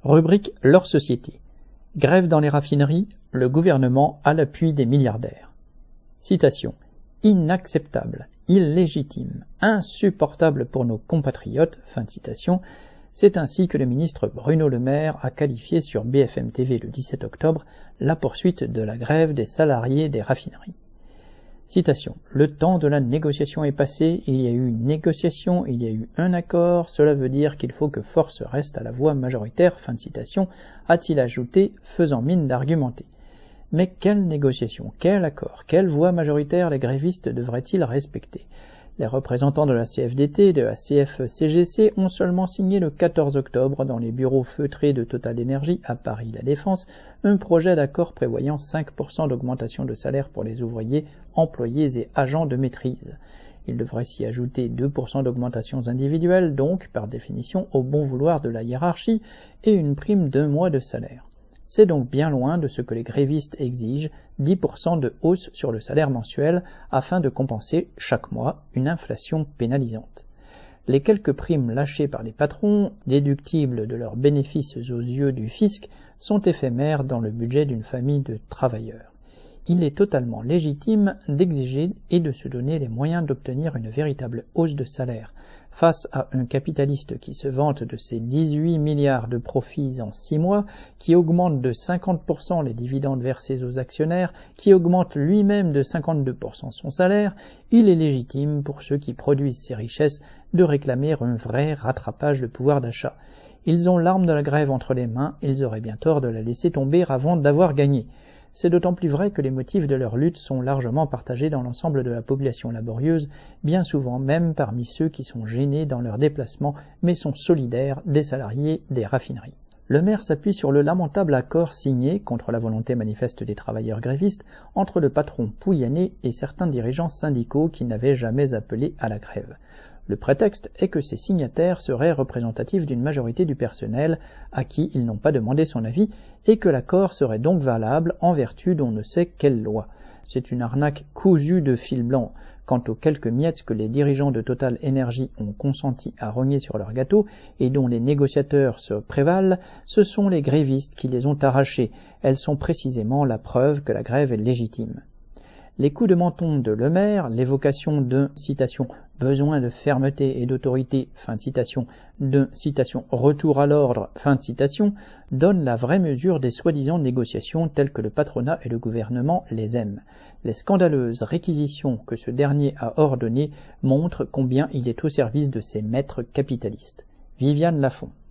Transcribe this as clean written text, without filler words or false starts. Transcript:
Rubrique Leur société. Grève dans les raffineries, le gouvernement à l'appui des milliardaires. Citation. Inacceptable, illégitime, insupportable pour nos compatriotes, fin de citation. C'est ainsi que le ministre Bruno Le Maire a qualifié sur BFM TV le 17 octobre la poursuite de la grève des salariés des raffineries. Citation. Le temps de la négociation est passé, il y a eu une négociation, il y a eu un accord, cela veut dire qu'il faut que force reste à la voix majoritaire, fin de citation, a-t-il ajouté, faisant mine d'argumenter. Mais quelle négociation, quel accord, quelle voix majoritaire les grévistes devraient-ils respecter? Les représentants de la CFDT et de la CFCGC ont seulement signé le 14 octobre dans les bureaux feutrés de Total Énergie à Paris La Défense un projet d'accord prévoyant 5% d'augmentation de salaire pour les ouvriers, employés et agents de maîtrise. Il devrait s'y ajouter 2% d'augmentations individuelles, donc par définition au bon vouloir de la hiérarchie, et une prime d'1 mois de salaire. C'est donc bien loin de ce que les grévistes exigent, 10% de hausse sur le salaire mensuel afin de compenser chaque mois une inflation pénalisante. Les quelques primes lâchées par les patrons, déductibles de leurs bénéfices aux yeux du fisc, sont éphémères dans le budget d'une famille de travailleurs. Il est totalement légitime d'exiger et de se donner les moyens d'obtenir une véritable hausse de salaire. Face à un capitaliste qui se vante de ses 18 milliards de profits en 6 mois, qui augmente de 50% les dividendes versés aux actionnaires, qui augmente lui-même de 52% son salaire, il est légitime pour ceux qui produisent ces richesses de réclamer un vrai rattrapage de pouvoir d'achat. Ils ont l'arme de la grève entre les mains, ils auraient bien tort de la laisser tomber avant d'avoir gagné. C'est d'autant plus vrai que les motifs de leur lutte sont largement partagés dans l'ensemble de la population laborieuse, bien souvent même parmi ceux qui sont gênés dans leurs déplacements, mais sont solidaires des salariés des raffineries. Le maire s'appuie sur le lamentable accord signé, contre la volonté manifeste des travailleurs grévistes, entre le patron Pouyanné et certains dirigeants syndicaux qui n'avaient jamais appelé à la grève. Le prétexte est que ces signataires seraient représentatifs d'une majorité du personnel à qui ils n'ont pas demandé son avis et que l'accord serait donc valable en vertu d'on ne sait quelle loi. C'est une arnaque cousue de fil blanc. Quant aux quelques miettes que les dirigeants de Total Énergie ont consenti à rogner sur leur gâteau et dont les négociateurs se prévalent, ce sont les grévistes qui les ont arrachées. Elles sont précisément la preuve que la grève est légitime. Les coups de menton de Le Maire, l'évocation d'un, citation, besoin de fermeté et d'autorité, fin de citation, d'un, citation, retour à l'ordre, fin de citation, donnent la vraie mesure des soi-disant négociations telles que le patronat et le gouvernement les aiment. Les scandaleuses réquisitions que ce dernier a ordonnées montrent combien il est au service de ses maîtres capitalistes. Viviane Lafont.